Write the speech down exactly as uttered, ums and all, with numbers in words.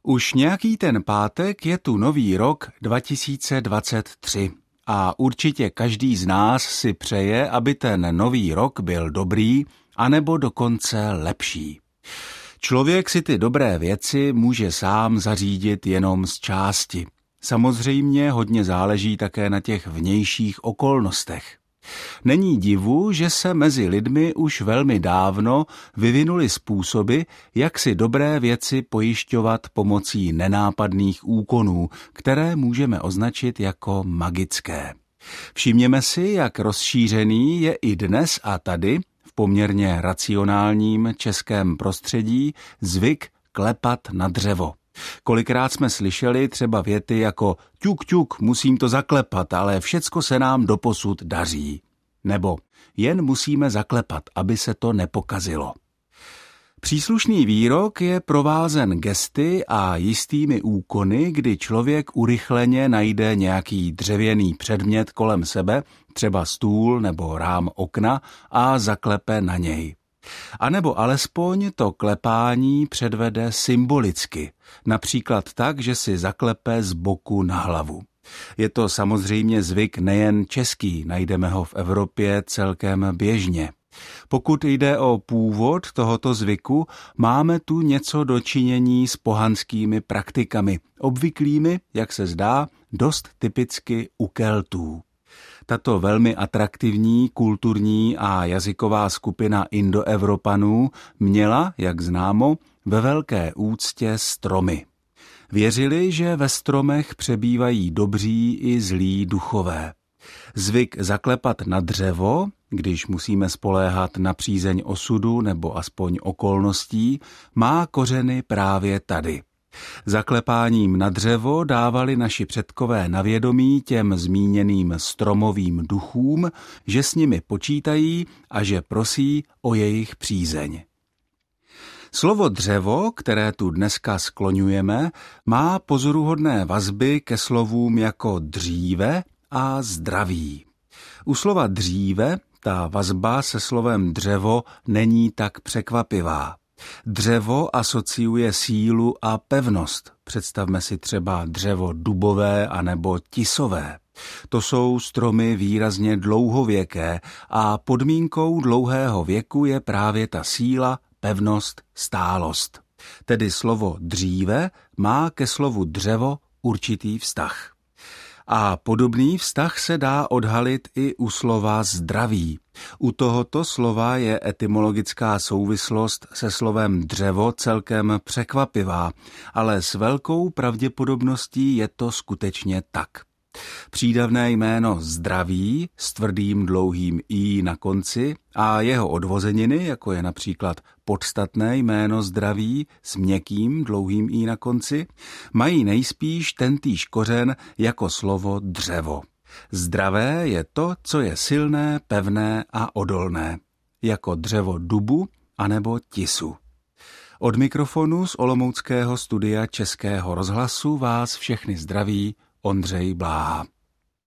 Už nějaký ten pátek je tu nový rok dva tisíce dvacet tři a určitě každý z nás si přeje, aby ten nový rok byl dobrý, anebo dokonce lepší. Člověk si ty dobré věci může sám zařídit jenom z části. Samozřejmě hodně záleží také na těch vnějších okolnostech. Není divu, že se mezi lidmi už velmi dávno vyvinuly způsoby, jak si dobré věci pojišťovat pomocí nenápadných úkonů, které můžeme označit jako magické. Všimněme si, jak rozšířený je i dnes a tady, v poměrně racionálním českém prostředí, zvyk klepat na dřevo. Kolikrát jsme slyšeli třeba věty jako ťuk, ťuk, musím to zaklepat, ale všecko se nám doposud daří. Nebo jen musíme zaklepat, aby se to nepokazilo. Příslušný výrok je provázen gesty a jistými úkony, kdy člověk urychleně najde nějaký dřevěný předmět kolem sebe, třeba stůl nebo rám okna, a zaklepe na něj. A nebo alespoň to klepání předvede symbolicky, například tak, že si zaklepe z boku na hlavu. Je to samozřejmě zvyk nejen český, najdeme ho v Evropě celkem běžně. Pokud jde o původ tohoto zvyku, máme tu něco do činění s pohanskými praktikami, obvyklými, jak se zdá, dost typicky u Keltů. Tato velmi atraktivní kulturní a jazyková skupina Indoevropanů měla, jak známo, ve velké úctě stromy. Věřili, že ve stromech přebývají dobří i zlí duchové. Zvyk zaklepat na dřevo, když musíme spoléhat na přízeň osudu nebo aspoň okolností, má kořeny právě tady. Zaklepáním na dřevo dávali naši předkové na vědomí těm zmíněným stromovým duchům, že s nimi počítají a že prosí o jejich přízeň. Slovo dřevo, které tu dneska skloňujeme, má pozoruhodné vazby ke slovům jako dříve a zdraví. U slova dříve ta vazba se slovem dřevo není tak překvapivá. Dřevo asociuje sílu a pevnost. Představme si třeba dřevo dubové anebo tisové. To jsou stromy výrazně dlouhověké a podmínkou dlouhého věku je právě ta síla, pevnost, stálost. Tedy slovo dříve má ke slovu dřevo určitý vztah. A podobný vztah se dá odhalit i u slova zdraví. U tohoto slova je etymologická souvislost se slovem dřevo celkem překvapivá, ale s velkou pravděpodobností je to skutečně tak. Přídavné jméno zdraví s tvrdým dlouhým i na konci a jeho odvozeniny, jako je například podstatné jméno zdraví s měkkým dlouhým i na konci, mají nejspíš tentýž kořen jako slovo dřevo. Zdravé je to, co je silné, pevné a odolné, jako dřevo dubu anebo tisu. Od mikrofonu z olomouckého studia Českého rozhlasu vás všechny zdraví Ondřej Bláha.